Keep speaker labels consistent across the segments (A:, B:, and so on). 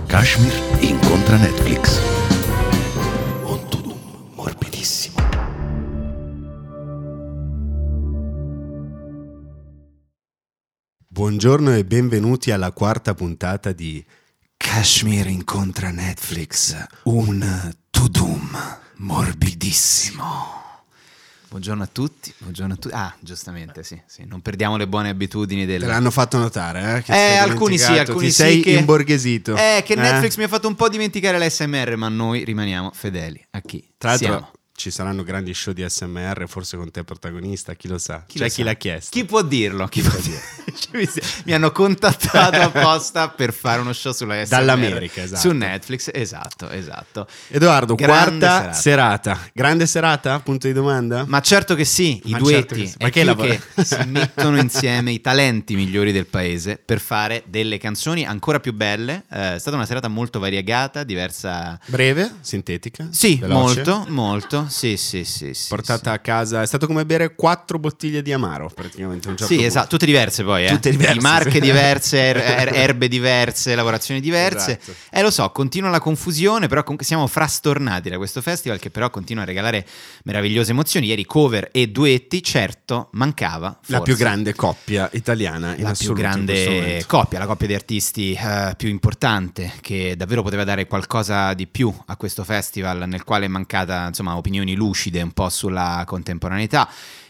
A: Kashmir incontra Netflix. Un tudum morbidissimo.
B: Buongiorno e benvenuti alla quarta puntata di Kashmir incontra Netflix. Un tudum morbidissimo.
C: Buongiorno a tutti, Ah, giustamente, sì, non perdiamo le buone abitudini del...
B: Te l'hanno fatto notare, che sei
C: alcuni sì,
B: dimenticato,
C: alcuni
B: ti
C: sì
B: sei
C: che...
B: imborghesito.
C: Che Netflix mi ha fatto un po' dimenticare l'ASMR, ma noi rimaniamo fedeli a chi
B: Tra l'altro
C: siamo.
B: ci saranno grandi show di ASMR, forse con te protagonista, chi lo sa?
C: Chi
B: C'è
C: lo
B: chi
C: sa?
B: l'ha chiesto.
C: Chi può dirlo? Chi può dire? Mi hanno contattato apposta per fare uno show sulla ASMR.
B: Dall'America, esatto.
C: Su Netflix, esatto.
B: Edoardo,
C: Grande
B: quarta serata. Grande serata? Punto di domanda?
C: Ma certo che sì, i
B: Ma
C: duetti,
B: certo che sì.
C: è
B: Ma che
C: più
B: lavoro?
C: che si mettono insieme i talenti migliori del paese per fare delle canzoni ancora più belle. È stata una serata molto variegata, diversa.
B: Breve, sintetica?
C: Sì,
B: veloce.
C: molto, sì.
B: Portata a casa, è stato come bere 4 bottiglie di Amaro praticamente. A un certo
C: Sì,
B: punto.
C: esatto, tutte diverse poi,
B: Tutte diverse,
C: di marche
B: sì.
C: diverse, erbe diverse, lavorazioni diverse.
B: Esatto.
C: Lo so, continua la confusione, però comunque siamo frastornati da questo festival che però continua a regalare meravigliose emozioni. Ieri cover e duetti, certo, mancava forse
B: La più grande coppia italiana in
C: la più
B: assoluto in questo
C: grande
B: momento.
C: coppia, la coppia di artisti più importante, che davvero poteva dare qualcosa di più a questo festival, nel quale è mancata, insomma, opinioni lucide un po' sulla contemporaneità.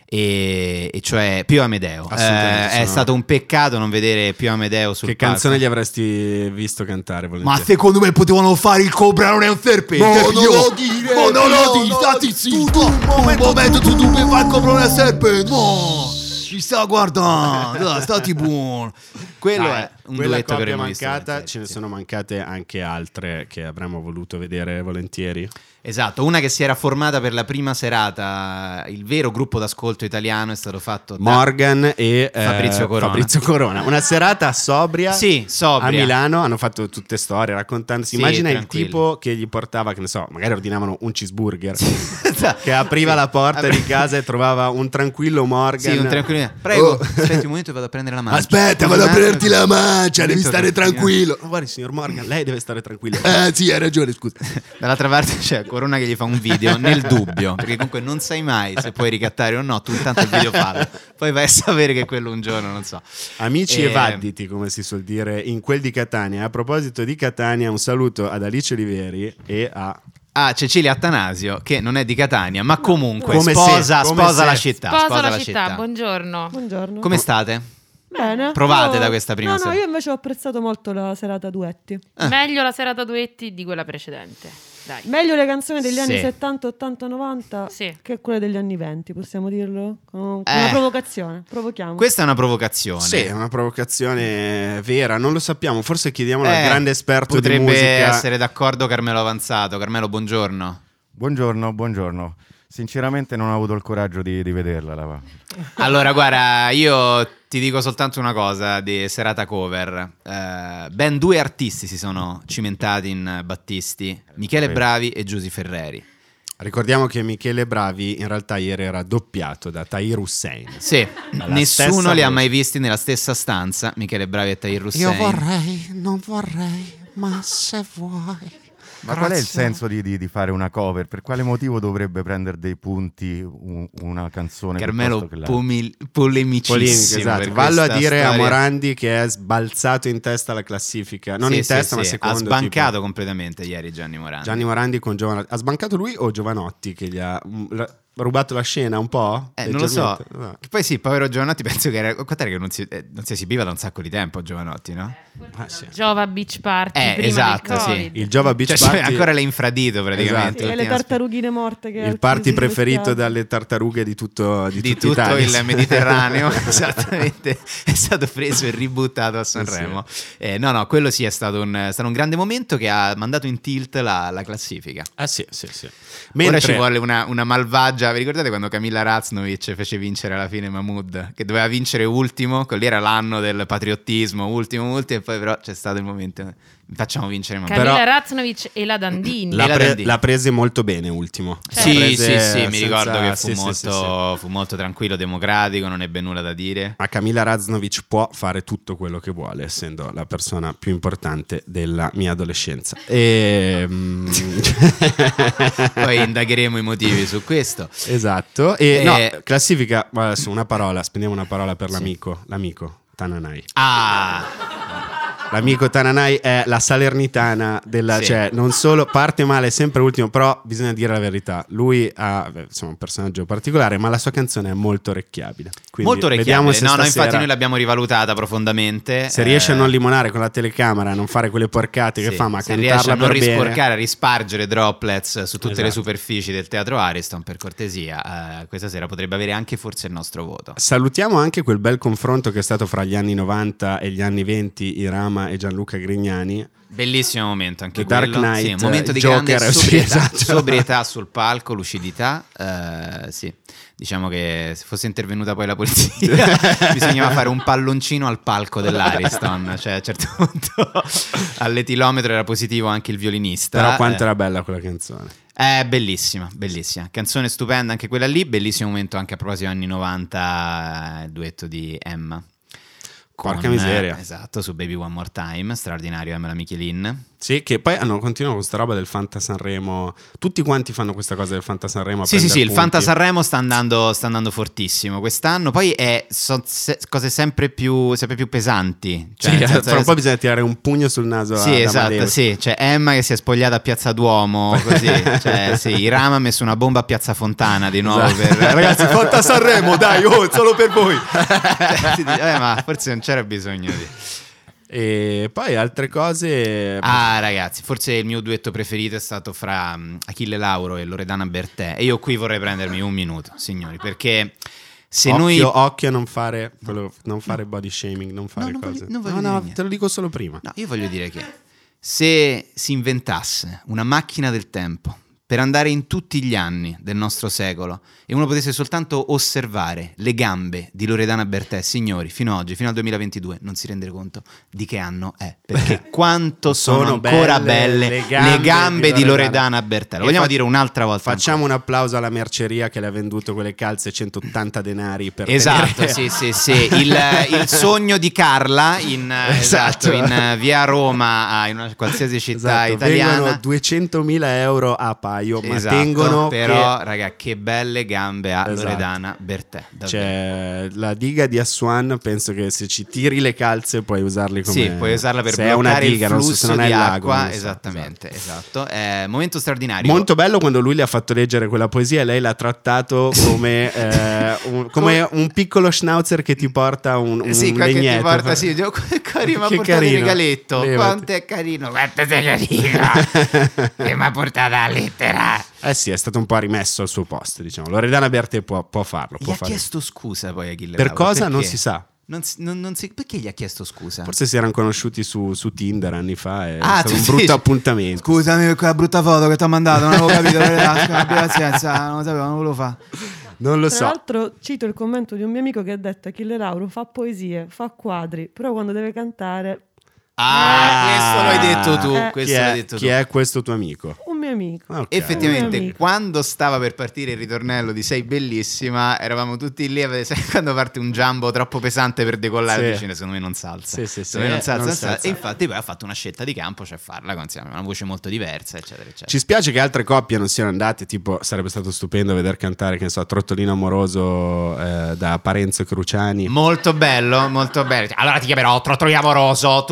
C: E cioè Pio Amedeo. È stato un peccato non vedere Pio Amedeo sul
B: Che
C: palco.
B: canzone gli avresti visto cantare volentieri?
C: Ma secondo me potevano fare il Cobra non è un serpente.
D: Non lo dire!
C: No, non lo
D: no,
C: dire, stati zitto.
D: Un momento tu per fare il Cobra non è un serpente!
C: No, ci sta guardando. Dai, stati buono. Quello
B: Dai,
C: è un
B: quella
C: duetto che
B: coppia
C: avremmo visto
B: mancata,
C: volentieri,
B: ce ne
C: sì.
B: sono mancate anche altre che avremmo voluto vedere volentieri.
C: Esatto, una che si era formata per la prima serata, il vero gruppo d'ascolto italiano è stato fatto da
B: Morgan e
C: Fabrizio Corona.
B: Una serata sobria,
C: Sì, sobria.
B: a Milano, hanno fatto tutte storie raccontando. Si
C: Sì,
B: immagina
C: tranquilli.
B: il tipo che gli portava, che ne so, magari ordinavano un cheeseburger,
C: Esatto.
B: che apriva la porta di casa e trovava un tranquillo Morgan.
C: Sì, un tranquillo. Prego,
B: Oh.
C: aspetti un momento e vado a prendere la mancia.
D: Aspetta, vado a prenderti la mancia, devi stare tranquillo.
B: Ma guardi, signor Morgan, lei deve stare tranquillo.
D: Sì, hai ragione, scusa.
C: Dall'altra parte c'è Corona che gli fa un video nel dubbio, perché comunque non sai mai se puoi ricattare o no, tu intanto il video fallo, poi vai a sapere che quello un giorno, non so.
B: Amici evadditi, come si suol dire in quel di Catania. A proposito di Catania, un saluto ad Alice Oliveri e a
C: Cecilia Attanasio, che non è di Catania, ma comunque
B: Come
C: sposa
B: se-
C: la città.
E: Sposa la città, buongiorno.
F: Buongiorno.
C: Come state?
F: Bene.
C: Provate
F: Io-
C: da questa prima
F: No,
C: sera.
F: io invece ho apprezzato molto la serata duetti.
E: Meglio la serata duetti di quella precedente. Dai.
F: Meglio le canzoni degli anni
C: Sì.
F: 70, 80, 90
E: Sì.
F: che quelle degli anni 20, possiamo dirlo? Con una provocazione. Provochiamo.
C: Questa è una provocazione.
B: Sì, è una provocazione vera, non lo sappiamo, forse chiediamolo al grande esperto di
C: potrebbe
B: musica.
C: essere d'accordo Carmelo Avanzato. Carmelo, buongiorno.
G: Buongiorno. Sinceramente non ho avuto il coraggio di vederla.
C: Allora, guarda, io ti dico soltanto una cosa di serata cover. Ben 2 artisti si sono cimentati in Battisti, Michele Bravi e Giusy Ferreri.
B: Ricordiamo che Michele Bravi in realtà ieri era doppiato da Tahir Hussein.
C: Sì,
B: Alla
C: nessuno
B: stessa
C: li ha
B: voce.
C: mai visti nella stessa stanza, Michele Bravi e Tahir Hussein.
B: non vorrei, ma se vuoi.
G: Ma qual è il senso di fare una cover? Per quale motivo dovrebbe prendere dei punti una canzone?
C: Carmelo
G: piuttosto che l'altra?
C: polemicissimo.
B: Polemica, esatto.
C: per
B: Vallo a
C: questa
B: dire a
C: storia.
B: Morandi che è sbalzato in testa alla classifica. Non
C: Sì,
B: in
C: sì,
B: testa,
C: sì.
B: ma secondo.
C: Ha sbancato
B: tipo.
C: completamente ieri Gianni Morandi.
B: Gianni Morandi con Giovanotti. Ha sbancato lui o Giovanotti che gli ha rubato la scena un po'?
C: Non lo so.
B: Leggermente? No.
C: Che poi sì, povero Giovanotti, penso che era. Quant'era che non si esibiva da un sacco di tempo Giovanotti, no?
B: Ah, sì.
E: Giova Beach Party prima
C: esatto,
E: del
C: sì.
E: Covid.
B: Il Giova Beach
C: Cioè,
B: Party,
C: ancora l'è infradito praticamente.
B: Esatto.
F: E le tartarughine morte che
B: il party
F: si
B: preferito
F: spiace.
B: dalle tartarughe di tutto
C: Di
B: tutta
C: tutto
B: Italia.
C: il Mediterraneo, esattamente, è stato preso e ributtato a Sanremo. No, quello sì è stato un grande momento che ha mandato in tilt la classifica.
B: Ah sì.
C: Ora ci vuole una malvagia. Vi ricordate quando Camilla Raznovic fece vincere alla fine Mahmood, che doveva vincere ultimo? Quello lì era l'anno del patriottismo, ultimo, e poi però c'è stato il momento. facciamo vincere
E: Camilla
B: Però-
E: Raznovic e la Dandini.
B: L'ha prese molto bene ultimo.
C: Sì,
B: L'ha
C: sì,
B: prese
C: mi ricordo che
B: senza-
C: fu,
B: sì,
C: molto,
B: sì.
C: fu molto tranquillo, democratico, non ebbe nulla da dire.
B: Ma Camilla Raznovic può fare tutto quello che vuole, essendo la persona più importante della mia adolescenza.
C: Poi indagheremo i motivi su questo.
B: Esatto. E no,
C: Eh,
B: classifica, adesso una parola, spendiamo una parola per l'amico Tananai. L'amico Tananai è la Salernitana della,
C: Sì.
B: cioè non solo parte male sempre ultimo, però bisogna dire la verità. Lui ha insomma un personaggio particolare, ma la sua canzone è molto orecchiabile. Quindi
C: Molto
B: vediamo
C: orecchiabile.
B: se
C: No,
B: stasera,
C: infatti noi l'abbiamo rivalutata profondamente.
B: se riesce a non limonare con la telecamera, a non fare quelle porcate che
C: Sì,
B: fa, ma
C: se riesce a
B: cantarla
C: non
B: per bene.
C: risporcare, a rispargere droplets su tutte le
B: Esatto.
C: superfici del teatro Ariston, per cortesia, questa sera potrebbe avere anche forse il nostro voto.
B: Salutiamo anche quel bel confronto che è stato fra gli anni 90 e gli anni 20, Irama e Gianluca Grignani.
C: Bellissimo momento anche
B: The Dark
C: quello.
B: Knight,
C: Sì, un momento di
B: Joker,
C: grande
B: sì,
C: sobrietà,
B: esatto.
C: sobrietà sul palco, lucidità. Sì, diciamo che se fosse intervenuta poi la polizia bisognava fare un palloncino al palco dell'Ariston, cioè a un certo punto all'etilometro era positivo anche il violinista.
B: Però quanto era bella quella canzone.
C: È bellissima, bellissima. Canzone stupenda anche quella lì, bellissimo momento anche a proposito anni 90, il duetto di Emma.
B: Porca miseria.
C: Esatto, su Baby One More Time, straordinario Emma Michelin.
B: Sì, che poi continuano con questa roba del Fanta Sanremo. Tutti quanti fanno questa cosa del Fanta Sanremo. a
C: Sì, sì,
B: prendere
C: sì, il
B: punti.
C: Fanta Sanremo sta andando fortissimo quest'anno. Poi sono cose sempre più pesanti. Cioè,
B: Sì,
C: nel senso-
B: fra un po' bisogna tirare un pugno sul naso
C: Sì,
B: ad
C: esatto,
B: Amadeus.
C: sì, c'è Emma che si è spogliata a Piazza Duomo, così, cioè, sì, Irama ha messo una bomba a Piazza Fontana di nuovo
B: Esatto.
C: per...
B: Ragazzi, Fanta Sanremo, dai, solo per voi.
C: Si dice, ma forse non c'era bisogno di...
B: E poi altre cose.
C: Ah, ragazzi, forse il mio duetto preferito è stato fra Achille Lauro e Loredana Bertè. E io qui vorrei prendermi un minuto, signori, perché se
B: occhio a non fare body shaming, non fare
C: non
B: cose.
C: voglio dire niente.
B: Te lo dico solo prima.
C: No, io voglio dire che se si inventasse una macchina del tempo per andare in tutti gli anni del nostro secolo e uno potesse soltanto osservare le gambe di Loredana Bertè, signori, fino ad oggi, fino al 2022, non si rende conto di che anno è, perché quanto sono ancora belle le gambe di Loredana Bertè. Lo
B: E
C: vogliamo dire un'altra volta?
B: Facciamo un applauso alla merceria che le ha venduto quelle calze 180 denari per
C: Esatto,
B: tenere-
C: sì. Il sogno di Carla
B: Esatto.
C: in via Roma, in una qualsiasi città
B: Esatto,
C: italiana.
B: vengono 200.000 euro a paio, ma
C: Esatto,
B: tengono
C: però,
B: che-
C: raga, che belle gambe ha
B: Esatto.
C: Loredana Bertè. davvero.
B: C'è la diga di Aswan, penso che se ci tiri le calze puoi usarli come...
C: Sì, puoi usarla per
B: se è una
C: bloccare
B: diga,
C: il
B: non so,
C: flusso
B: se non è
C: di
B: il lago,
C: acqua.
B: non lo so.
C: Esattamente, esatto. Momento straordinario.
B: Molto bello quando lui le ha fatto leggere quella poesia e lei l'ha trattato come, come un piccolo schnauzer che ti porta un
C: Sì, qua che ti
B: legnetto.
C: porta, sì, dico, carino, mi ha
B: Che
C: portato il
B: carino.
C: regaletto.
B: Levati.
C: Quanto è carino, quanto sei carino. Che mi ha portato la lettera.
B: Eh sì, è stato un po' rimesso al suo posto, diciamo. Loredana Bertè può farlo.
C: Gli
B: Può
C: ha
B: fare.
C: chiesto scusa poi Achille
B: Per
C: Lauro,
B: cosa?
C: perché?
B: Non si sa.
C: Perché gli ha chiesto scusa?
B: Forse si erano conosciuti su Tinder anni fa e è
C: Ah,
B: stato
C: tu
B: un
C: dici-
B: brutto appuntamento.
C: Scusami per quella brutta foto che ti ho mandato, non avevo capito, abbi pazienza, non lo sapevo, non volevo fare.
B: Non lo
F: Tra
B: so.
F: l'altro cito il commento di un mio amico che ha detto: Achille Lauro fa poesie, fa quadri, però quando deve cantare
C: Questo l'hai detto tu, questo
B: Chi
C: l'hai
B: è,
C: detto
B: chi
C: tu.
B: è questo tuo amico?
F: un mio amico.
B: Ok.
C: Effettivamente,
F: Un mio amico.
C: quando stava per partire il ritornello di Sei bellissima, eravamo tutti lì a vedere, sai, quando parte un jumbo troppo pesante per decollare,
B: Sì.
C: dici, secondo me non salza.
B: Sì,
C: Secondo me non salza,
B: non
C: non salza.
B: salza.
C: E infatti poi ha fatto una scelta di campo, cioè farla con una voce molto diversa, eccetera, eccetera.
B: Ci spiace che altre coppie non siano andate, tipo sarebbe stato stupendo veder cantare, che ne so, Trottolino Amoroso da Parenzo Cruciani.
C: Molto bello, molto bello. Allora ti chiamerò Trottolino Amoroso.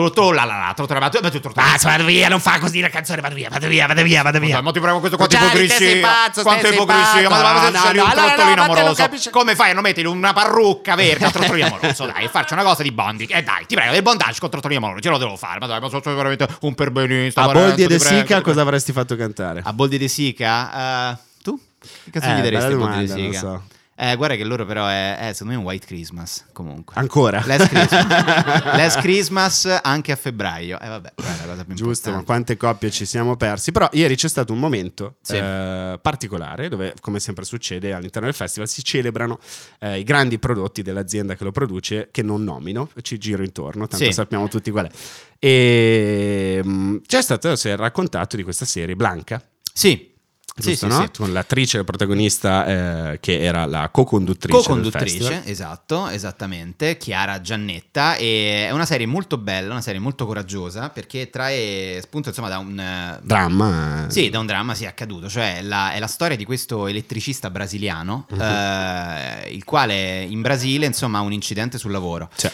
A: Vado via, non fa così la canzone, vado via.
C: Ma ti prego, questo quanto
A: Gianni,
C: ipocrisia.
A: te sei pazzo,
C: Quanto
A: te sei
C: ipocrisia.
A: pazzo.
C: Ma
A: No,
C: sei
A: no,
C: un
A: no,
C: trottolino
A: no, ma te lo
C: amoroso.
A: capisci?
C: Come fai a non mettere una parrucca verde a Trottolino amoroso? Dai, faccio una cosa di bonding. Dai, ti prego, del bondage con Trottolino amoroso. Ce lo devo fare. Ma dai, ma sono veramente un perbenista.
B: A
C: Parenzo,
B: Boldi e
C: ti
B: De
C: prego,
B: Sica
C: ti
B: cosa
C: prego.
B: avresti fatto cante?
C: A Boldi e De Sica? Tu? Che cazzo gli
B: Bella
C: daresti a Boldi e
B: domanda,
C: De
B: non
C: Sica?
B: so.
C: Guarda che loro però è secondo me un White Christmas comunque.
B: Ancora?
C: Last Christmas anche a febbraio. Vabbè, è la cosa più
B: Giusto, ma
C: importante.
B: quante coppie ci siamo persi. Però ieri c'è stato un momento
C: Sì.
B: particolare dove, come sempre succede all'interno del festival, si celebrano i grandi prodotti dell'azienda che lo produce, che non nomino, ci giro intorno, tanto
C: Sì.
B: sappiamo tutti qual è. E si è raccontato di questa serie Blanca.
C: Sì.
B: Giusto,
C: Sì,
B: no?
C: sì.
B: Con l'attrice, la protagonista, che era la co-conduttrice del festival.
C: Esatto, esattamente, Chiara Giannetta. E è una serie molto bella, una serie molto coraggiosa, perché trae spunto insomma da un
B: Dramma.
C: Sì, da un dramma accaduto, cioè è la storia di questo elettricista brasiliano, il quale in Brasile insomma ha un incidente sul lavoro.
B: Cioè.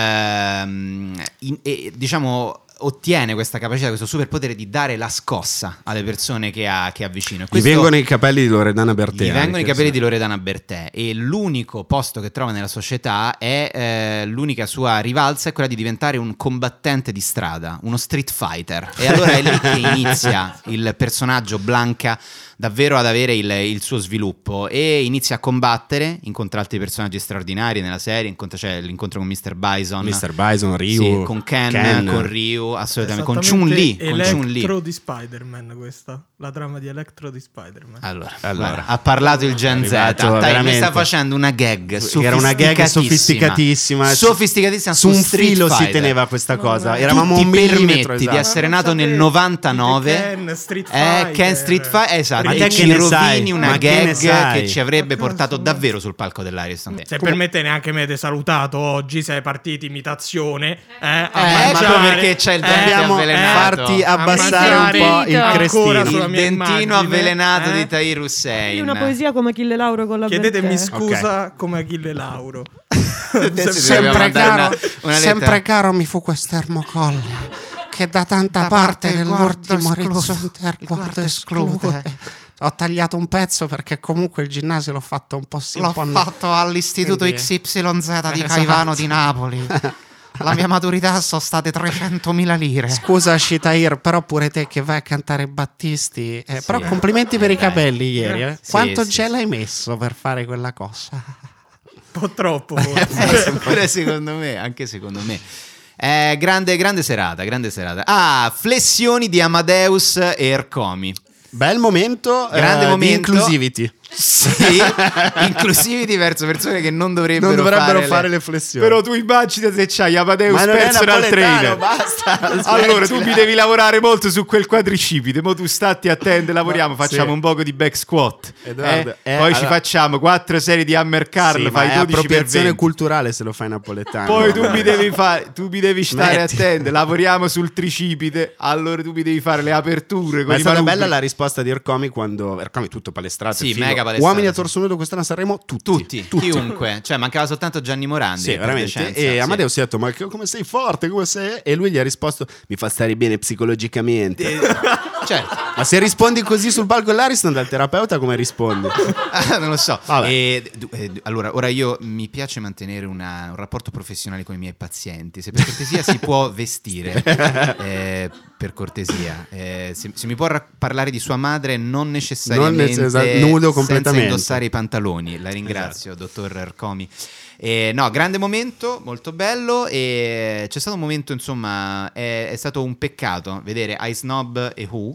C: E, diciamo, ottiene questa capacità, questo superpotere di dare la scossa alle persone che ha vicino. E
B: Gli
C: questo-
B: vengono i capelli di Loredana Bertè.
C: gli vengono i
B: anche,
C: capelli
B: sì.
C: di Loredana Bertè, e l'unico posto che trova nella società è l'unica sua rivalsa è quella di diventare un combattente di strada, uno street fighter. E allora è lì che inizia il personaggio Blanca davvero ad avere il suo sviluppo, e inizia a combattere, incontra altri personaggi straordinari nella serie, c'è l'incontro con Mr. Bison,
B: Mr. Bison, Ryu,
C: sì, con Ken, con Ryu, assolutamente, con Chun-Li,
H: Electro di Spider-Man, questa, la trama di Electro di Spider-Man.
C: Allora,
B: Allora.
C: ha parlato il Gen Z.
B: Arrivato,
C: Mi
B: veramente.
C: sta facendo una gag
B: Era una gag sofisticatissima.
C: Sofisticatissima
B: Su un
C: Street
B: filo si
C: Fighter.
B: teneva questa cosa.
F: Tu
B: Eravamo
C: Tu
B: un
C: ti
B: millimetro
C: permetti di
B: esatto.
C: essere
H: Ma non
C: nato nel
H: sapete,
C: 99
H: Ken Street Fighter.
C: Ken Street Fighter, esatto.
B: Ma
C: E
B: te
C: ci
B: che ne
C: rovini
B: sai?
C: una
B: Ma che ne
C: gag
B: sai?
C: che ci avrebbe
F: Ma
C: portato
F: cazzo,
C: davvero sul palco dell'Ariston.
H: Se permette, neanche me ti salutato oggi, sei partito imitazione, a
C: ecco
H: mangiare,
C: perché c'è il dente
B: Dobbiamo
C: avvelenato.
B: farti abbassare un
H: mangiare
B: po' il
E: ancora
B: crestino.
H: sulla
C: Il
H: mia
C: dentino
H: immagine,
C: avvelenato di Tahir
F: Di
C: Hussein.
F: una poesia come Achille Lauro con la
H: Chiedetemi
F: Bertè.
H: scusa come Achille Lauro.
C: Adesso dobbiamo mandare una lettera.
A: caro mi fu quest'ermocolle che da tanta parte dell'ultimo orizzonte il guardo esclude. Ho tagliato un pezzo perché comunque il ginnasio l'ho fatto un po' sì,
I: L'ho
A: un po' no.
I: fatto all'istituto
A: Quindi-
I: XYZ di Caivano di Napoli. La mia maturità sono state 300.000 lire.
A: Scusa Shitair, però pure te che vai a cantare Battisti, però complimenti per i capelli ieri.
C: Sì,
A: Quanto
C: sì,
A: gel hai messo per fare quella cosa?
H: Un po' troppo forse.
C: Pure secondo me, anche secondo me. Grande serata, grande serata. Flessioni di Amadeus e Ercomi.
B: Bel momento,
C: Grande
B: di
C: momento.
B: inclusivity.
C: Sì, inclusivity verso persone che non dovrebbero,
B: Non dovrebbero fare le flessioni.
C: Però tu immagina se c'hai Amadeus
B: Ma non è
C: personal
B: napoletano,
C: trainer.
B: basta.
C: Allora tu
B: smettila.
C: mi devi lavorare molto su quel quadricipite. Mo tu statti attento, lavoriamo,
B: No,
C: facciamo
B: sì.
C: un poco di back squat.
B: Edoardo,
C: Poi ci
B: allora-
C: facciamo 4 serie di hammer curl,
B: Sì, ma
C: fai
B: è
C: 12 per
B: appropriazione
C: 20.
B: culturale se lo fai napoletano.
C: Poi tu mi devi stare
B: Smetti.
C: attento, lavoriamo sul tricipite, allora tu mi devi fare le aperture con
B: Ma è
C: i
B: stata
C: manubri.
B: bella la risposta di Ercomi quando Ercomi tutto palestrato,
C: Sì,
B: figo.
C: mega palestrato,
B: Uomini a
C: sì.
B: torso nudo quest'anno a Sanremo
C: Tutti, chiunque, cioè mancava soltanto Gianni Morandi.
B: Sì,
C: per
B: veramente.
C: decenza,
B: E
C: sì.
B: Amadeus si è detto: ma come sei forte, come sei? E lui gli ha risposto: mi fa stare bene psicologicamente.
C: Certo.
B: Ma se rispondi così sul palco dell'Ariston dal terapeuta, come rispondi?
C: Non lo so.
B: Vabbè.
C: Allora, ora io mi piace mantenere un rapporto professionale con i miei pazienti. Se per cortesia si può vestire, per cortesia. Se mi può parlare di sua madre, non necessariamente
B: nudo
C: senza
B: completamente.
C: indossare i pantaloni. La ringrazio, dottor Ercomi. No, grande momento, molto bello. E c'è stato un momento, insomma, è stato un peccato vedere Ice Snob e Who.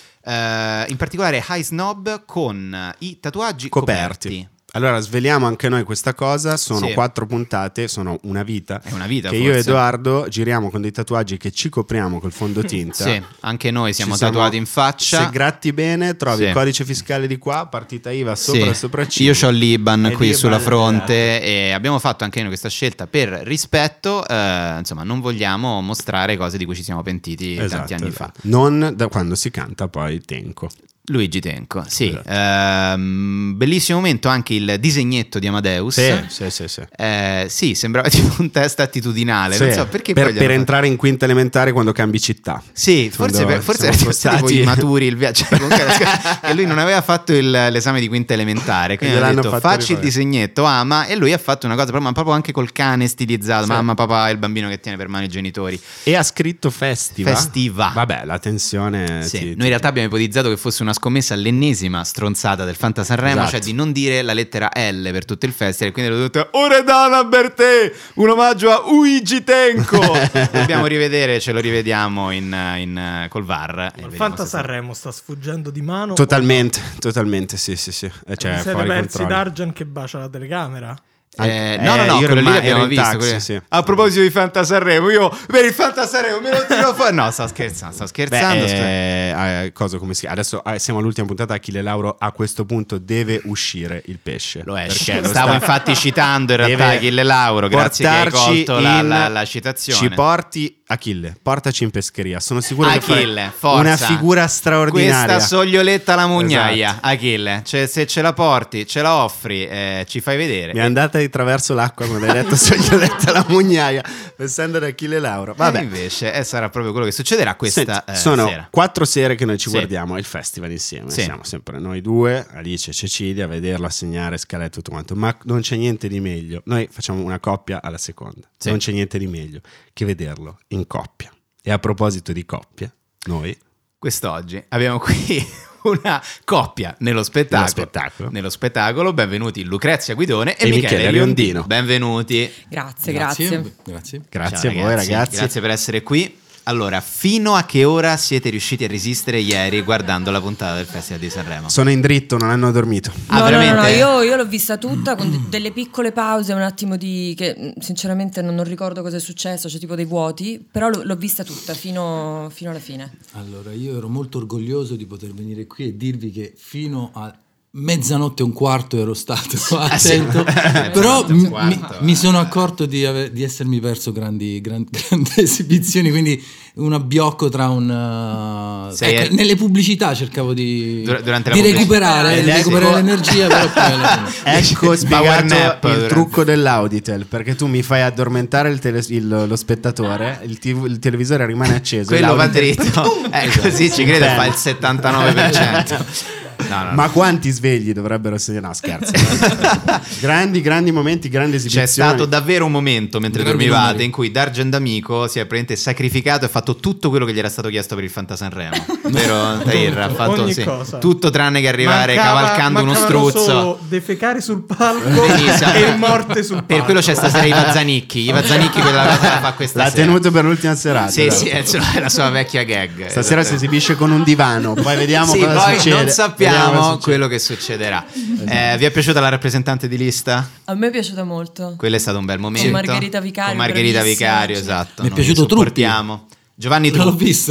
C: In particolare High Snob con i tatuaggi coperti.
B: Allora sveliamo anche noi questa cosa. Sono
C: Sì.
B: 4 puntate, sono una vita.
C: È una vita,
B: che io e
C: forse.
B: Edoardo giriamo con dei tatuaggi che ci copriamo col fondotinta.
C: Sì, anche noi siamo
B: Ci siamo-
C: tatuati in faccia.
B: Se gratti bene, trovi
C: Sì.
B: il codice fiscale di qua, partita IVA sopra
C: Sì.
B: il sopracciglio.
C: Io ho l'Iban
B: E
C: qui
B: l'Iban,
C: sulla fronte e abbiamo fatto anche noi questa scelta per rispetto. Insomma, non vogliamo mostrare cose di cui ci siamo pentiti tanti anni fa.
B: Non da quando si canta poi Tenco.
C: Luigi Tenco, sì.
B: Esatto.
C: Bellissimo momento anche il disegnetto di Amadeus.
B: Sì.
C: Sì, sembrava tipo un test attitudinale. Non
B: Sì,
C: so perché
B: per,
C: poi gli
B: per
C: hanno
B: entrare in quinta elementare quando cambi città.
C: Sì, forse
B: Quando
C: era
B: siamo
C: tipo
B: stati-
C: i maturi, il viaggio. Cioè, comunque, e lui non aveva fatto l'esame di quinta elementare. Quindi
B: gliel'hanno
C: ha detto:
B: fatto
C: facci il
B: rifare.
C: disegnetto, ama. E lui ha fatto una cosa, ma proprio anche col cane stilizzato.
B: Sì.
C: Mamma, papà, il bambino che tiene per mano i genitori.
B: E ha scritto Festiva.
C: Festiva.
B: Vabbè, la tensione.
C: Sì. Noi in realtà abbiamo ipotizzato che fosse una scommessa all'ennesima stronzata del Fanta Sanremo,
B: Esatto.
C: cioè di non dire la lettera L per tutto il festival, quindi l'ho detto Oredana Bertè, un omaggio a Luigi Tenco. Dobbiamo rivedere, ce lo rivediamo col VAR.
H: Il Fanta Sanremo sta sfuggendo di mano.
B: Totalmente, sì. Cioè,
H: Vi siete
B: fuori
H: persi
B: controllo.
H: D'Argent che bacia la telecamera?
C: No,
B: io
C: quello lì
B: ero
C: l'abbiamo
B: in
C: visto.
B: taxi,
C: quello-
B: sì.
C: A proposito di Fanta Sanremo, io per il Fanta Sanremo me lo tiro fuori. No, sto scherzando.
B: Cosa come si... Adesso siamo all'ultima puntata. Achille Lauro a questo punto deve uscire il pesce.
C: Lo esce.
B: Perché lo
C: Stavo
B: sta-
C: infatti citando in realtà
B: deve
C: Achille Lauro, grazie che hai
B: portarci
C: colto la citazione.
B: Ci porti Achille, portaci in pescheria. Sono sicuro che
C: Achille,
B: fai
C: forza.
B: una figura straordinaria.
C: Questa soglioletta alla mugnaia,
B: Esatto.
C: Achille. Cioè, se ce la porti, ce la offri, ci fai vedere.
B: Mi è andata di traverso l'acqua quando hai detto soglioletta alla mugnaia, pensando ad Achille Lauro. Vabbè,
C: Invece sarà proprio quello che succederà questa
B: senti, sono
C: sera.
B: 4 sere che noi ci
C: Sì.
B: guardiamo il festival insieme.
C: Sì.
B: Siamo sempre noi due, Alice e Cecilia, a vederlo, a segnare scalette e tutto quanto. Ma non c'è niente di meglio. Noi facciamo una coppia alla seconda.
C: Sì.
B: Non c'è niente di meglio che vederlo in coppia. E a proposito di coppia, noi
C: Quest'oggi abbiamo qui una coppia nello spettacolo. Nello spettacolo. Benvenuti Lucrezia Guidone e Michele Riondino. Benvenuti.
E: Grazie.
B: grazie
C: Ciao,
B: a voi ragazzi.
C: Grazie per essere qui. Allora, fino a che ora siete riusciti a resistere ieri guardando la puntata del Festival di Sanremo?
B: Sono in dritto, non hanno dormito.
C: Ah,
E: No,
C: veramente?
E: io l'ho vista tutta con delle piccole pause, un attimo che sinceramente non ricordo cosa è successo, c'è tipo dei vuoti, però l'ho vista tutta fino alla fine.
J: Allora, io ero molto orgoglioso di poter venire qui e dirvi che fino a mezzanotte e un quarto ero stato attento, però mi sono accorto di essermi perso grandi esibizioni, quindi un abbiocco tra nelle pubblicità cercavo di recuperare l'energia, però poi alla fine.
B: Ecco spiegato
C: nap,
B: il trucco dell'Auditel, perché tu mi fai addormentare lo spettatore, il televisore rimane acceso,
C: quello va
B: l'Auditel-
C: dritto, così ci crede, fa il 79%. No.
B: Ma quanti svegli dovrebbero segnare? No, scherzo. grandi momenti, grandi
C: C'è
B: esibizioni.
C: stato davvero un momento mentre
J: Grandi
C: dormivate
J: numeri.
C: in cui D'Argent Amico si è praticamente sacrificato e ha fatto tutto quello che gli era stato chiesto per il Fanta Sanremo. Vero Tahir? Ha fatto
H: ogni cosa.
C: tutto tranne che arrivare cavalcando uno
H: mancavano
C: struzzo.
H: solo defecare sul palco
C: Benissimo.
H: e morte sul palco.
C: Per quello c'è stasera Iva Zanicchi. Iva Zanicchi quella cosa la fa questa
B: L'ha
C: sera.
B: tenuto per l'ultima serata.
C: Sì,
B: esatto.
C: è la sua vecchia gag.
B: Stasera si esibisce con un divano, poi vediamo
C: Sì,
B: cosa
C: poi
B: succede.
C: non
B: Vediamo
C: sappiamo
B: cosa succede.
C: quello che succederà. Vi è piaciuta la rappresentante di lista?
E: A me è piaciuta molto.
C: Quello è stato un bel momento.
E: Margherita Vicario,
C: Con Margherita
E: bravissima,
C: Vicario,
E: sì.
C: esatto.
J: Mi è
C: Noi
J: piaciuto
C: supportiamo. Giovanni
J: non l'ho
C: Truppi.
J: visto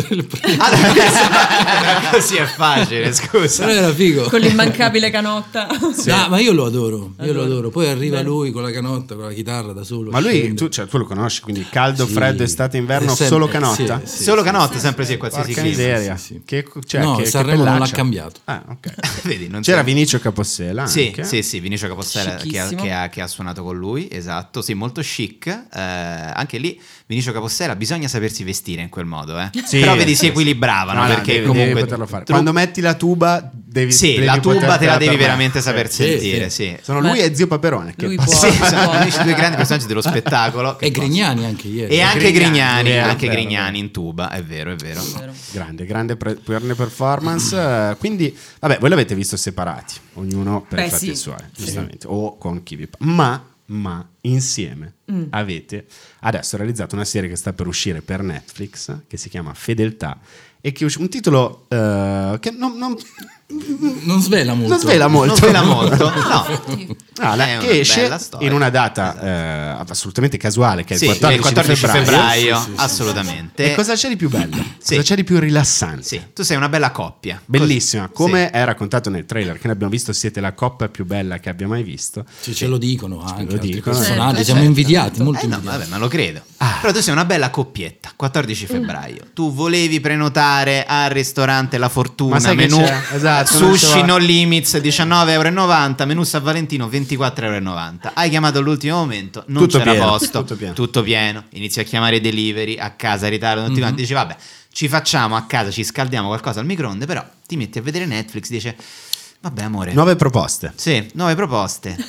C: Così è facile, scusa.
J: però era figo.
E: Con l'immancabile canotta.
J: No, ma io lo adoro, poi arriva lui con la canotta, con la chitarra da solo.
B: Ma lui,
J: scende.
B: tu lo conosci, quindi caldo,
J: Sì.
B: freddo, estate, inverno,
J: È sempre-
B: solo canotta?
J: sì,
C: Solo canotta, sempre sì, qualsiasi
B: Porca
C: clima.
B: miseria.
J: sì.
B: Che
J: Sanremo non l'ha
B: pellaccia.
J: cambiato.
B: Ah, ok.
C: Vedi, non
B: C'era
C: c'è-
B: Vinicio Capossela
C: Sì,
B: anche.
C: sì, Vinicio Capossela
E: Scicchissimo.
C: che ha suonato con lui, esatto, sì, molto chic. Anche lì Vinicio Capossela bisogna sapersi vestire in quel modo,
B: Sì,
C: però vedi si
B: sì,
C: equilibravano
B: No, no,
C: perché
B: devi
C: comunque
B: poterlo fare. Quando metti la tuba devi
C: sì,
B: devi
C: la tuba te la
B: potertela
C: devi
B: permettere.
C: veramente saper
B: Sì.
C: sentire, sì.
B: Sono lui e Zio Paperone che
E: Lui
B: passano.
E: può.
C: Sì, sono gli unici due grandi personaggi dello spettacolo.
J: E Grignani anche ieri.
C: E anche
B: Grignani,
C: Grignani, anche
B: vero,
C: Grignani in tuba, è vero.
B: grande performance. Quindi, vabbè, voi l'avete visto separati, ognuno per i
E: Beh,
B: fatti
E: sì.
B: suoi, giustamente, o con chi vi ma insieme avete adesso realizzato una serie che sta per uscire per Netflix, che si chiama Fedeltà, e che un titolo che
J: Non svela molto.
B: non svela molto.
C: Non svela molto, no.
B: Ah,
C: È una
B: che esce
C: bella storia.
B: in una data assolutamente casuale, che è
C: Sì,
B: il 14,
C: il 14 febbraio,
J: Sì, sì, sì.
C: assolutamente.
B: E cosa c'è di più bello?
C: Sì.
B: Cosa c'è di più rilassante?
C: Sì, tu sei una bella coppia.
B: Bellissima, come
C: Sì.
B: è raccontato nel trailer che noi abbiamo visto, siete la coppia più bella che abbia mai visto.
J: Ce lo dicono anche
B: lo
J: altri
B: dicono.
J: personaggi,
E: Certo,
J: siamo
E: certo.
J: invidiati, molto
C: No,
J: invidiati.
C: vabbè, ma lo credo. Però tu sei una bella coppietta. 14 febbraio. Tu volevi prenotare al ristorante La Fortuna,
B: Ma sai che
C: menù
B: c'è? Esatto, non
C: sushi
B: ce va.
C: no limits 19,90 €, menù San Valentino 24,90 €. Hai chiamato all'ultimo momento, non
B: Tutto
C: c'era
B: pieno,
C: posto,
B: tutto pieno.
C: Inizi a chiamare i delivery a casa, ritardano tutti quanti. Dici vabbè, ci facciamo a casa, ci scaldiamo qualcosa al microonde, però ti metti a vedere Netflix, dice vabbè amore.
B: Nuove proposte.
C: Sì, nuove proposte.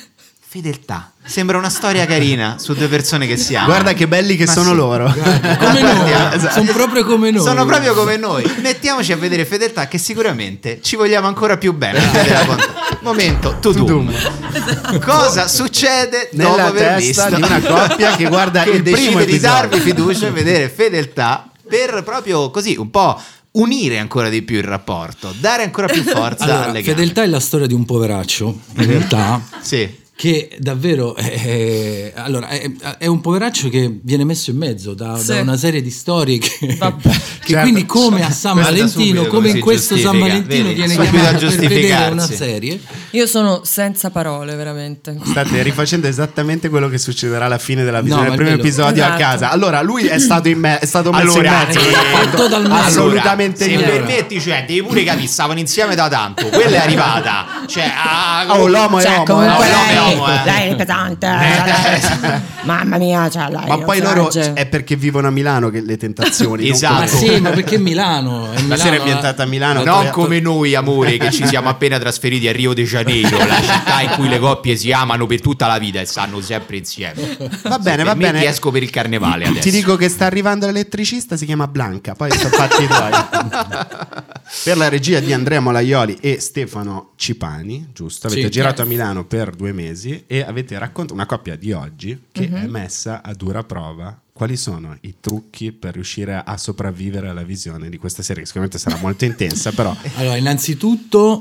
C: Fedeltà. Sembra una storia carina su due persone che si amano.
B: Guarda che belli che sono loro.
J: Come noi, sono proprio come noi.
C: Sono proprio come noi. Mettiamoci a vedere Fedeltà, che sicuramente ci vogliamo ancora più bene. Momento, tudum. Cosa succede dopo
B: Nella
C: aver
B: testa
C: visto
B: di una coppia che guarda
C: che
B: il primo
C: decide di
B: episodio.
C: darvi fiducia e vedere Fedeltà per proprio così un po' unire ancora di più il rapporto, dare ancora più forza
J: Allora,
C: alle
J: Fedeltà è la storia di un poveraccio, in realtà.
C: Sì.
J: Che davvero è un poveraccio che viene messo in mezzo da una serie di storie che quindi come a San Valentino, come in questo San Valentino viene chiamato per vedere una serie.
E: Io sono senza parole, veramente.
B: State rifacendo esattamente quello che succederà alla fine della visione del primo
J: bello.
B: episodio a casa. Allora lui è stato messo in mezzo, non ha fatto
J: totalmente.
B: assolutamente
C: se
B: niente.
C: permetti, cioè, devi pure capire, stavano insieme da tanto, quella è arrivata, cioè,
B: l'uomo è uomo.
E: Lei è pesante. Mamma mia, cioè, lei
B: Ma poi loro
E: fragge.
B: è perché vivono a Milano che le tentazioni.
C: Esatto.
J: Ma sì, ma perché Milano?
B: La serie è ambientata a Milano.
C: Non come noi, amore, che ci siamo appena trasferiti a Rio de Janeiro, la città in cui le coppie si amano per tutta la vita e stanno sempre insieme.
B: Va bene, va bene.
C: Esco per il carnevale adesso.
B: Ti dico che sta arrivando l'elettricista, si chiama Blanca. Poi sono fatti i tuoi. Per la regia di Andrea Molaioli e Stefano Cipani, giusto? Avete girato a Milano per 2 mesi e avete raccontato una coppia di oggi che è messa a dura prova. Quali sono i trucchi per riuscire a sopravvivere alla visione di questa serie? Che sicuramente sarà molto intensa, però.
J: Allora, innanzitutto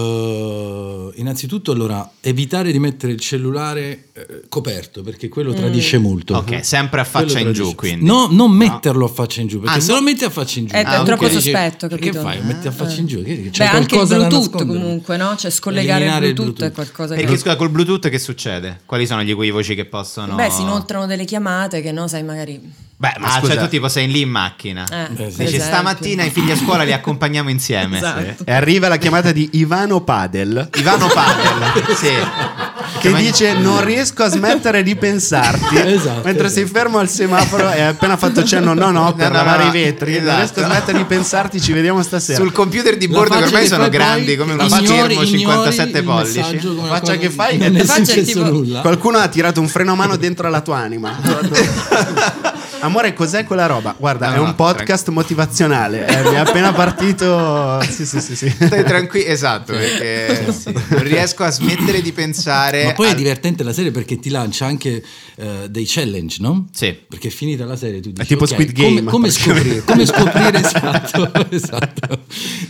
J: allora, evitare di mettere il cellulare coperto, perché quello tradisce molto.
C: Ok, sempre a faccia in giù, quindi.
J: No, non metterlo a faccia in giù, perché se lo metti a faccia in giù
E: È troppo
J: dici,
E: sospetto,
J: che
E: capito?
J: fai? Metti a faccia in giù. C'è
E: Beh, anche il
J: qualcosa da
E: Bluetooth
J: nascondere.
E: comunque, no? Cioè scollegare
J: Eliminare
E: il Bluetooth è qualcosa che...
C: Perché scusa, col Bluetooth che succede? Quali sono gli equivoci che possono...
E: Beh, si inoltrano delle chiamate che no, sai, magari...
B: Beh, ma scusa,
C: cioè tu tipo sei lì in macchina. Dici stamattina i figli a scuola li accompagniamo insieme.
E: Esatto.
B: E arriva la chiamata di Ivano Padel.
C: Ivano Padel, sì.
B: Che dice non riesco a smettere di pensarti. Mentre sei fermo al semaforo e hai appena fatto cenno per lavare i vetri. Non riesco a smettere di pensarti, ci vediamo stasera.
C: Sul computer di bordo che ormai sono grandi come uno schermo 57 pollici.
B: Faccia che fai?
J: Non è successo nulla.
B: Qualcuno ha tirato un freno a mano dentro la tua anima. Amore, cos'è quella roba? Guarda, è un podcast motivazionale. Mi è appena partito. Sì.
C: Stai tranquillo, esatto, perché non riesco a smettere di pensare.
J: Ma poi è divertente la serie perché ti lancia anche dei challenge, no?
C: Sì.
J: Perché è finita la serie tu dici,
B: è tipo Squid Game.
J: Come scoprire esatto.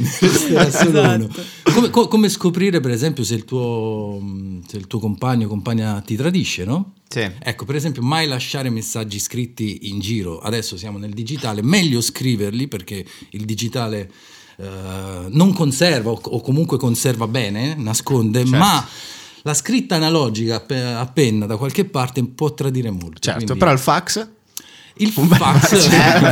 J: Come scoprire, per esempio, se il tuo compagno o compagna ti tradisce, no?
C: Sì.
J: Ecco, per esempio, mai lasciare messaggi scritti in giro. Adesso siamo nel digitale, meglio scriverli perché il digitale non conserva o comunque conserva bene, nasconde, ma la scritta analogica a penna da qualche parte può tradire molto.
B: Certo,
J: quindi...
B: però il fax?
J: Il fax...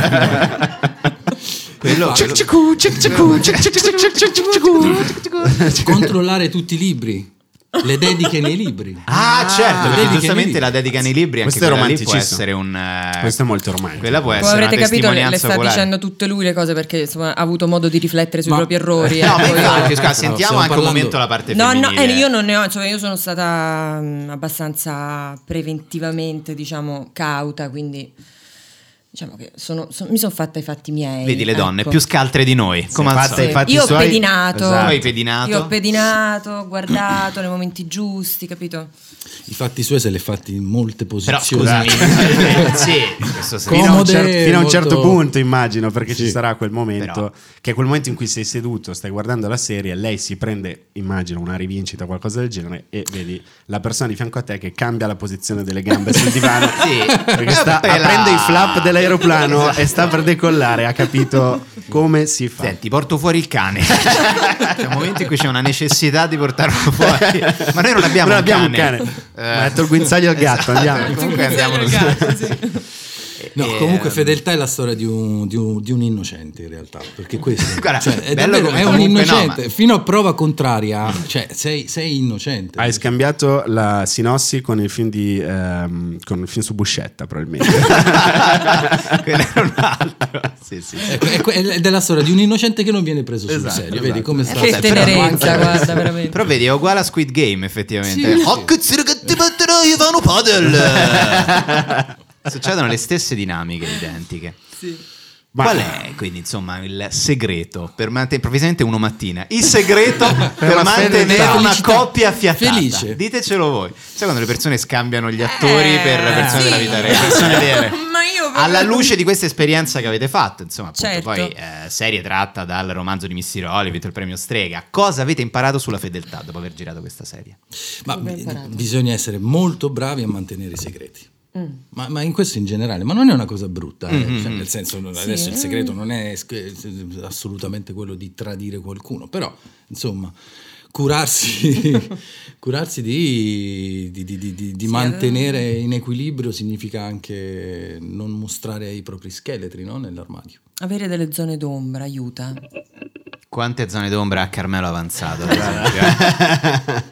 J: Controllare tutti i libri, le dediche nei libri.
C: Certo, perché giustamente la dedica nei libri anche
B: questo è
C: quella lì può
B: romanticissimo.
C: essere un
B: Questo è molto romantico.
C: quella può
E: Come
C: essere
E: avrete
C: una
E: capito, le
C: testimonianza
E: sta
C: oculare.
E: dicendo tutte lui le cose perché insomma, ha avuto modo di riflettere sui propri errori.
C: No, ma
E: ecco,
C: infatti,
E: io...
C: scusa, sentiamo
J: stiamo
C: anche un
J: parlando-
C: momento la parte
E: No,
C: femminile.
E: io non ne ho, cioè io sono stata abbastanza preventivamente, diciamo, cauta, quindi diciamo che mi sono fatta i fatti miei.
C: Vedi le donne
E: ecco.
C: più scaltre di noi, come al
B: fatte
C: solito.
B: i fatti
E: Io ho
B: suoi.
E: pedinato.
B: Esatto.
C: Tu hai pedinato.
E: Io ho pedinato, ho guardato nei momenti giusti, capito?
J: I fatti suoi se li ha fatti in molte
C: Però
J: posizioni.
C: scusami, sì, questo sì.
B: Fino a un
J: Comode,
B: certo
J: molto-
B: punto, immagino, perché ci
J: Sì.
B: sarà quel momento,
C: Però-
B: che è quel momento in cui sei seduto, stai guardando la serie, lei si prende, immagino, una rivincita, qualcosa del genere, e vedi la persona di fianco a te che cambia la posizione delle gambe sul divano,
C: Sì.
B: perché sta aprendo i flap dell'aeroplano e sta per decollare, ha capito come si fa.
C: Senti, porto fuori il cane. C'è un momento in cui c'è una necessità di portarlo fuori. Ma noi non abbiamo
B: Non
C: un
B: abbiamo un
C: cane.
B: cane. Metto il guinzaglio al gatto,
C: Esatto.
B: andiamo.
C: Comunque andiamo.
J: No, comunque Fedeltà è la storia di un innocente in realtà, perché questo
C: Guarda,
J: cioè, è,
C: bello
J: davvero,
C: come
J: è un
C: comunque
J: innocente,
C: no,
J: fino a prova contraria, cioè sei innocente.
B: Hai scambiato la sinossi con il film su Buscetta, probabilmente.
C: quello era un altro. Sì.
J: Ed è la storia di un innocente che non viene preso sul serio, vedi come sta.
E: Che tenerezza, guarda, veramente.
C: Però vedi, è uguale a Squid Game effettivamente.
J: Sì.
C: Succedono le stesse dinamiche identiche.
E: Sì.
C: Qual è quindi insomma il segreto per mantenere improvvisamente uno mattina il segreto per mantenere una coppia affiatata?
J: Felice.
C: Ditecelo voi. Sai quando le persone scambiano gli attori per persone
E: sì.
C: della vita reale, persone vere?
E: Ma io
C: Alla luce di questa esperienza che avete fatto, insomma, appunto,
E: Certo.
C: poi serie tratta dal romanzo di Missy Roll, vinto il premio Strega. Cosa avete imparato sulla fedeltà dopo aver girato questa serie?
J: Ma bisogna essere molto bravi a mantenere i segreti. Ma in questo in generale, ma non è una cosa brutta, cioè, nel senso adesso il segreto non è assolutamente quello di tradire qualcuno, però insomma curarsi di mantenere in equilibrio significa anche non mostrare i propri scheletri, no? Nell'armadio.
E: avere delle zone d'ombra aiuta.
C: Quante zone d'ombra ha Carmelo Avanzato, per esempio?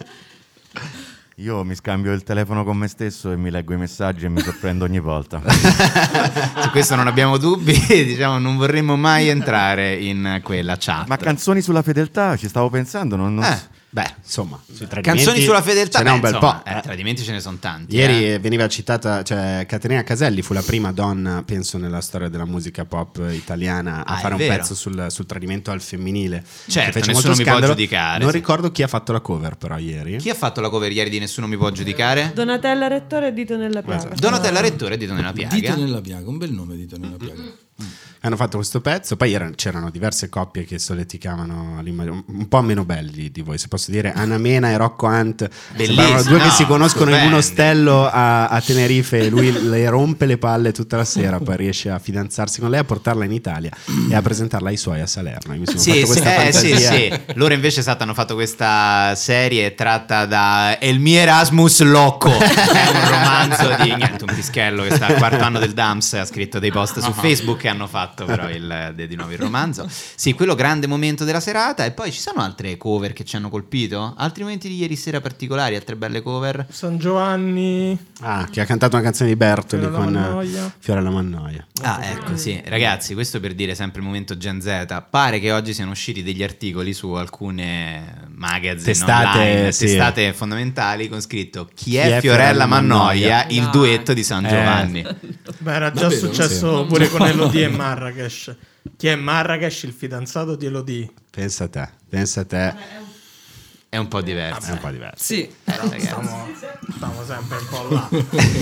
G: Io mi scambio il telefono con me stesso e mi leggo i messaggi e mi sorprendo ogni volta.
C: Su questo non abbiamo dubbi, diciamo, non vorremmo mai entrare in quella chat.
G: Ma canzoni sulla fedeltà, ci stavo pensando,
B: Beh, insomma, sui tradimenti
C: Canzoni sulla fedeltà,
B: ce n'è un bel
C: insomma,
B: po'.
C: tradimenti ce ne sono tanti.
B: Ieri veniva citata, cioè Caterina Caselli fu la prima donna, penso, nella storia della musica pop italiana a fare un
C: vero.
B: pezzo sul tradimento al femminile.
C: Certo,
B: che fece
C: Nessuno
B: molto
C: mi può
B: scandalo.
C: giudicare.
B: Non
C: sì.
B: ricordo chi ha fatto la cover, però ieri.
C: Chi ha fatto la cover ieri di Nessuno mi può giudicare?
F: Donatella Rettore e Dito nella piaga.
C: Donatella Rettore e Dito nella piaga.
J: Dito nella piaga, un bel nome, Dito nella piaga.
B: Hanno fatto questo pezzo, poi c'erano diverse coppie che solleticavano un po' meno belli di voi, se posso dire, Anna Mena e Rocco Hunt. Sembrano due che si conoscono in un ostello a Tenerife e lui le rompe le palle tutta la sera, poi riesce a fidanzarsi con lei, a portarla in Italia e a presentarla ai suoi a Salerno. Io mi sono fatto questa fantasia.
C: Sì. Loro invece hanno fatto questa serie tratta da El mio Erasmus Loco, è un romanzo di un pischello che sta al quarto anno del DAMS, ha scritto dei post su Facebook e hanno fatto però di nuovo il romanzo. Sì, quello grande momento della serata. E poi ci sono altre cover che ci hanno colpito? Altri momenti di ieri sera particolari, altre belle cover?
H: San Giovanni,
B: Che ha cantato una canzone di Bertoli
H: Fiore alla Mannoia.
B: Fiore alla Mannoia.
C: Ecco, sì, ragazzi, questo per dire sempre il momento Gen Z. Pare che oggi siano usciti degli articoli su alcune magazine
B: Testate,
C: online,
B: sì.
C: testate fondamentali, con scritto Chi è Fiorella Mannoia? Il duetto di San Giovanni.
H: Beh, era già successo pure con Elodie e Marrakesh. Chi è Marrakesh? Il fidanzato di Elodie.
B: Pensa a te.
C: È un po' diverso.
B: È un po' diverso.
E: Sì.
H: Stiamo sempre un po' là.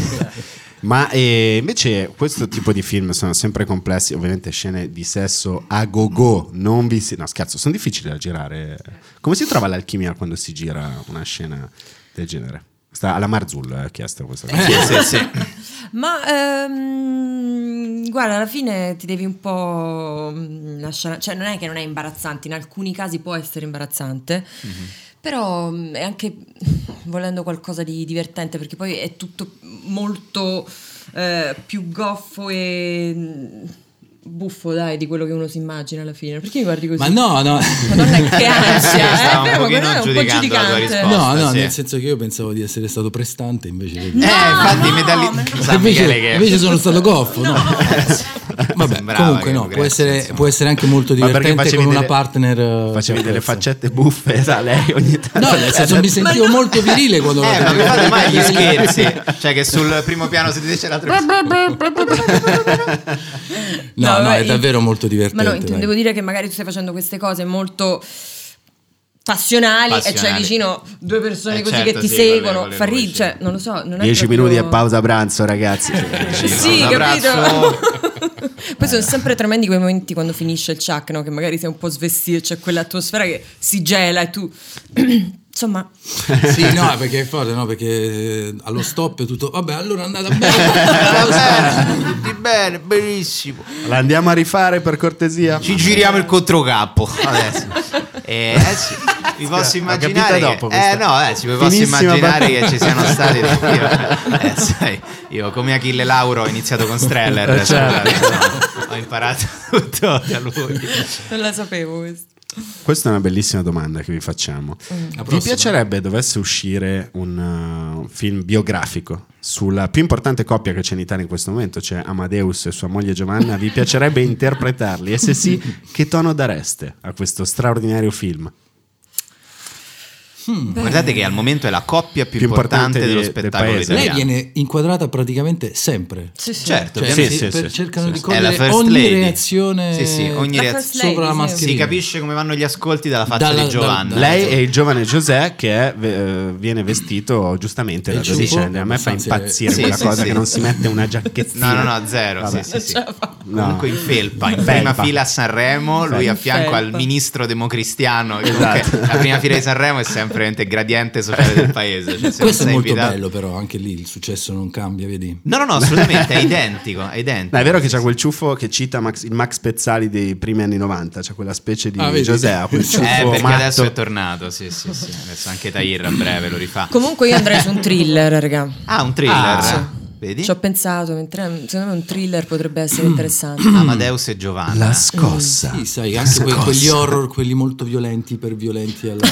B: Ma invece questo tipo di film sono sempre complessi, ovviamente scene di sesso a go-go, no scherzo, sono difficili da girare. Come si trova l'alchimia quando si gira una scena del genere? Alla Marzullo ha chiesto questa cosa.
C: Sì.
E: Ma guarda, alla fine ti devi un po' lasciare, cioè non è che non è imbarazzante, in alcuni casi può essere imbarazzante, però è anche volendo qualcosa di divertente, perché poi è tutto molto più goffo e buffo, dai, di quello che uno si immagina alla fine. Perché mi guardi così?
J: Ma no.
E: Madonna, che ansia,
C: Stavo un
E: vero,
C: pochino
E: è un po'
C: giudicando la tua
E: giudicante.
C: risposta.
J: No,
C: sì.
J: nel senso che io pensavo di essere stato prestante invece che...
C: Infatti sa Michele che
J: invece sono stato goffo, no? Vabbè,
C: Sembrava
J: comunque
C: che
J: no,
C: grazie,
J: può essere anche molto
B: Ma perché
J: divertente con una
B: delle-
J: partner.
B: Facevi delle faccette buffe da lei ogni tanto.
J: No, nel senso mi sentivo molto virile quando
C: ma non fate mai gli scherzi, cioè che sul primo piano si dice l'altro.
J: No, è davvero molto divertente.
E: Ma no,
J: dai.
E: intendevo dire che magari tu stai facendo queste cose molto passionali e c'hai vicino due persone così
C: certo,
E: che ti
C: sì,
E: seguono,
C: con le
E: fa ridere,
C: voci.
E: cioè non lo so, non è
B: 10
E: proprio...
B: minuti e pausa pranzo, ragazzi.
E: Sì,
C: Un
E: capito?
C: abbraccio.
E: Poi sono sempre tremendi quei momenti quando finisce il chuck, no? Che magari sei un po' svestito, c'è quell'atmosfera che si gela e tu insomma
J: Sì, no, perché è forte, no? Perché allo stop è tutto. Vabbè, allora è andata bene.
C: Tutti bene, benissimo.
B: La andiamo a rifare per cortesia?
C: Ci giriamo il controcampo adesso. Sì. Vi posso
B: Ho
C: immaginare
B: capito
C: che,
B: dopo questa.
C: ci posso
B: Finissima
C: immaginare
B: battuta.
C: che ci siano stati sai, io come Achille Lauro ho iniziato con Streller,
B: Certo.
C: ho imparato tutto da lui.
E: Non la sapevo questa.
B: Questa è una bellissima domanda che vi facciamo. Vi piacerebbe dovesse uscire un film biografico sulla più importante coppia che c'è in Italia in questo momento, cioè Amadeus e sua moglie Giovanna? Vi piacerebbe interpretarli? E se sì, che tono dareste a questo straordinario film?
C: Guardate che al momento è la coppia più importante dello
B: del
C: spettacolo
B: paese.
J: Lei
C: italiano.
J: viene inquadrata praticamente sempre.
E: Sì, sì.
C: Certo,
J: Cioè,
C: sì.
J: cercano di
C: È la
J: cogliere
C: first
J: ogni
C: lady.
J: reazione
C: Sì, ogni
E: La
C: reazione.
E: first lady,
J: sopra la
E: sì.
J: mascherina.
C: Si capisce come vanno gli ascolti dalla faccia di Giovanna.
B: Lei e il giovane José che viene vestito giustamente da
J: E c'è un po'
B: dodicenne. A me fa
J: abbastanza-
B: impazzire
C: Sì,
B: quella
C: sì,
B: cosa
C: sì.
B: che non si mette una giacchettina.
C: No, zero.
B: Vabbè.
C: Sì.
B: No.
C: Comunque in felpa, in
B: Felpa.
C: prima fila a Sanremo, lui a fianco al
E: felpa.
C: ministro democristiano. Che comunque la prima fila di Sanremo è sempre veramente gradiente sociale del paese. Cioè, se non
J: Questo è
C: sei
J: molto
C: invitato-
J: bello, però anche lì il successo non cambia, vedi?
C: No, assolutamente, è identico. È identico.
B: No, è vero che c'è quel ciuffo che cita il Max Pezzali dei primi anni 90, c'è quella specie di
J: vedi?
B: José, quel ciuffo
C: Perché
B: matto.
C: adesso è tornato. Sì. Adesso anche Tahir a breve lo rifà.
E: Comunque io andrei su un thriller, raga.
C: Ah, un thriller.
E: Sì.
C: Vedi?
E: Ci ho pensato, mentre secondo me un thriller potrebbe essere interessante.
C: Amadeus e Giovanna.
B: La scossa.
J: Sì, sai, anche quegli horror, quelli molto violenti, iperviolenti alla...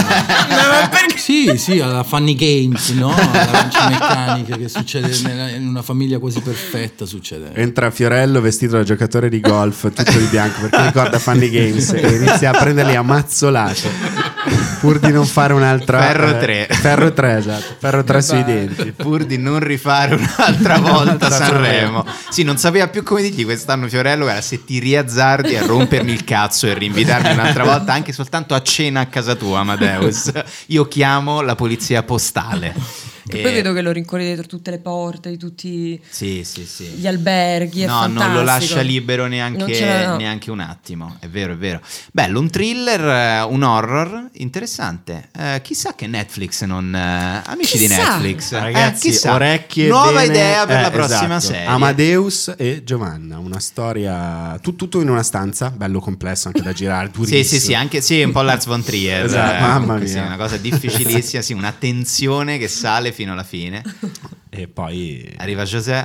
J: Sì, alla Funny Games, no? L'arancia meccanica che succede in una famiglia quasi perfetta, succede.
B: Entra Fiorello vestito da giocatore di golf, tutto di bianco, perché ricorda Funny Games e inizia a prenderli a mazzolate pur di non fare un'altra
C: Ferro 3.
B: Ferro 3, esatto. Ferro 3 sui denti.
C: Pur di non rifare un'altra volta Sanremo. Sì, non sapeva più come dirgli quest'anno Fiorello, guarda, se ti riazzardi a rompermi il cazzo e rinvitarmi un'altra volta anche soltanto a cena a casa tua, Amadeus, io chiamo la polizia postale.
E: Che poi vedo che lo rincorre dietro tutte le porte di tutti
C: Sì.
E: gli alberghi. È
C: No, non lo
E: fantastico.
C: lascia libero
E: Non
C: neanche,
E: ce l'ha, no.
C: neanche un attimo. È vero. Bello, un thriller, un horror interessante. Chissà che Netflix non. Amici di
E: Chissà.
C: Netflix,
B: Ragazzi,
C: chissà.
B: orecchie
C: Nuova
B: bene.
C: idea per la prossima
B: Esatto.
C: serie.
B: Amadeus e Giovanna, una storia tutto in una stanza, bello complesso anche da girare, durissimo.
C: Sì, anche un po' Lars von Trier.
B: Esatto, mamma
C: Sì,
B: mia.
C: una cosa difficilissima, sì, una tensione che sale fino alla fine.
B: E poi
C: Arriva José.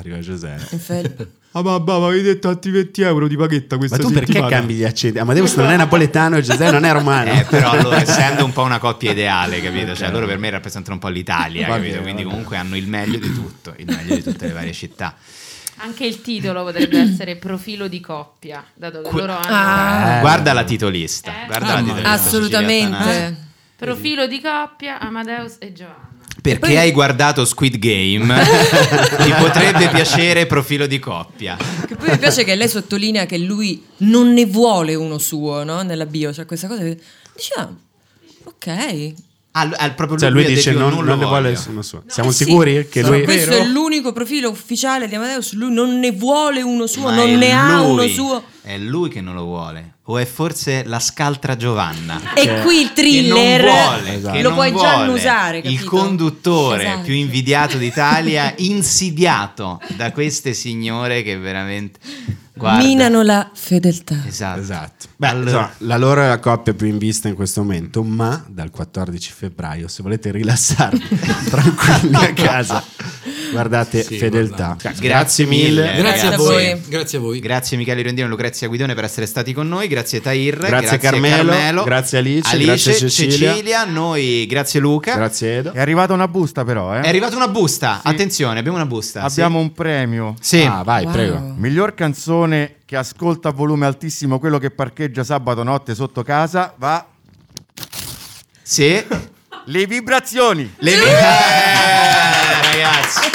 E: In felpa.
G: Ah, babà, ma avevi detto altri 20 euro di paghetta questa
B: ma tu perché
G: settimana?
B: cambi gli accenti? Amadeus non è napoletano e Giuseppe non è romano.
C: Però loro essendo un po' una coppia ideale, capito? Cioè loro per me rappresentano un po' l'Italia,
B: Va
C: capito?
B: bene,
C: Quindi
B: va
C: comunque hanno il meglio di tutto, il meglio di tutte le varie città.
K: Anche il titolo potrebbe essere Profilo di coppia, dato che loro hanno
C: Guarda la titolista. Guarda la titolista
E: Assolutamente.
C: Cecilia Tanà.
K: Profilo di coppia, Amadeus e Giovanna.
C: Perché hai guardato Squid Game ti potrebbe piacere Profilo di coppia.
E: Che poi mi piace che lei sottolinea che lui non ne vuole uno suo, no? Nella bio, cioè questa cosa che dice, ok.
C: Proprio
B: Cioè lui
C: ha
B: dice
C: detto, io
B: non
C: lo
B: ne vuole
C: voglio.
B: nessuno suo. Siamo
E: Sì,
B: sicuri che lui
E: questo è l'unico profilo ufficiale di Amadeus, lui non ne vuole uno suo,
C: Ma
E: non
C: è
E: ne ha
C: lui,
E: uno suo.
C: È lui che non lo vuole. O è forse la scaltra Giovanna?
E: E qui il thriller
C: che non vuole,
B: Esatto.
C: che
E: lo
C: non
E: puoi già
C: vuole.
E: annusare,
C: Il
E: capito?
C: conduttore
E: Esatto.
C: più invidiato d'Italia, insidiato da queste signore che veramente guarda.
E: Minano la fedeltà.
C: Esatto.
B: Beh,
C: Allora-
B: insomma, la loro è la coppia più in vista in questo momento, ma dal 14 febbraio, se volete rilassarvi tranquilli a casa, guardate
J: Sì,
B: Fedeltà.
C: Grazie mille.
J: Grazie a
E: a
J: voi.
E: voi.
J: Grazie a voi.
C: Grazie Michele Riondino e Lucrezia Guidone per essere stati con noi, grazie Tahir,
B: Grazie Carmelo, grazie Alice, grazie Cecilia.
C: Noi grazie Luca.
B: Grazie Edo.
G: È arrivata una busta però,
C: È arrivata una busta, attenzione, abbiamo una busta.
G: Abbiamo un premio.
C: Sì.
B: Ah, vai,
E: Wow.
B: prego.
G: Miglior canzone che ascolta a volume altissimo quello che parcheggia sabato notte sotto casa va
C: Sì.
G: Le Vibrazioni.
C: Ragazzi.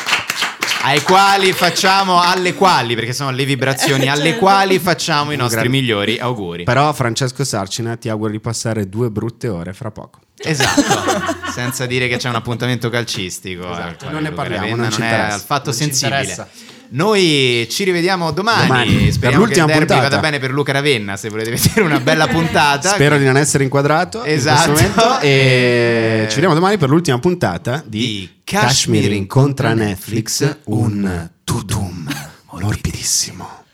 C: Alle quali, perché sono le vibrazioni alle quali facciamo i nostri migliori auguri.
B: Però Francesco Sarcina ti auguro di passare 2 brutte ore fra poco.
C: Esatto, senza dire che c'è un appuntamento calcistico.
B: Esatto,
C: Ecco,
B: non ne
C: Luca
B: parliamo,
C: Ravenna
B: non ci
C: è
B: interessa,
C: al fatto
B: non ci
C: sensibile.
B: interessa.
C: Noi ci rivediamo domani.
B: Per
C: Speriamo che il
B: l'ultima
C: derby
B: puntata.
C: vada bene per Luca Ravenna. Se volete vedere una bella puntata,
B: Spero di non essere inquadrato
C: Esatto.
B: in questo momento. E ci vediamo domani per l'ultima puntata di Kashmir incontra Netflix, un to-doom morbidissimo.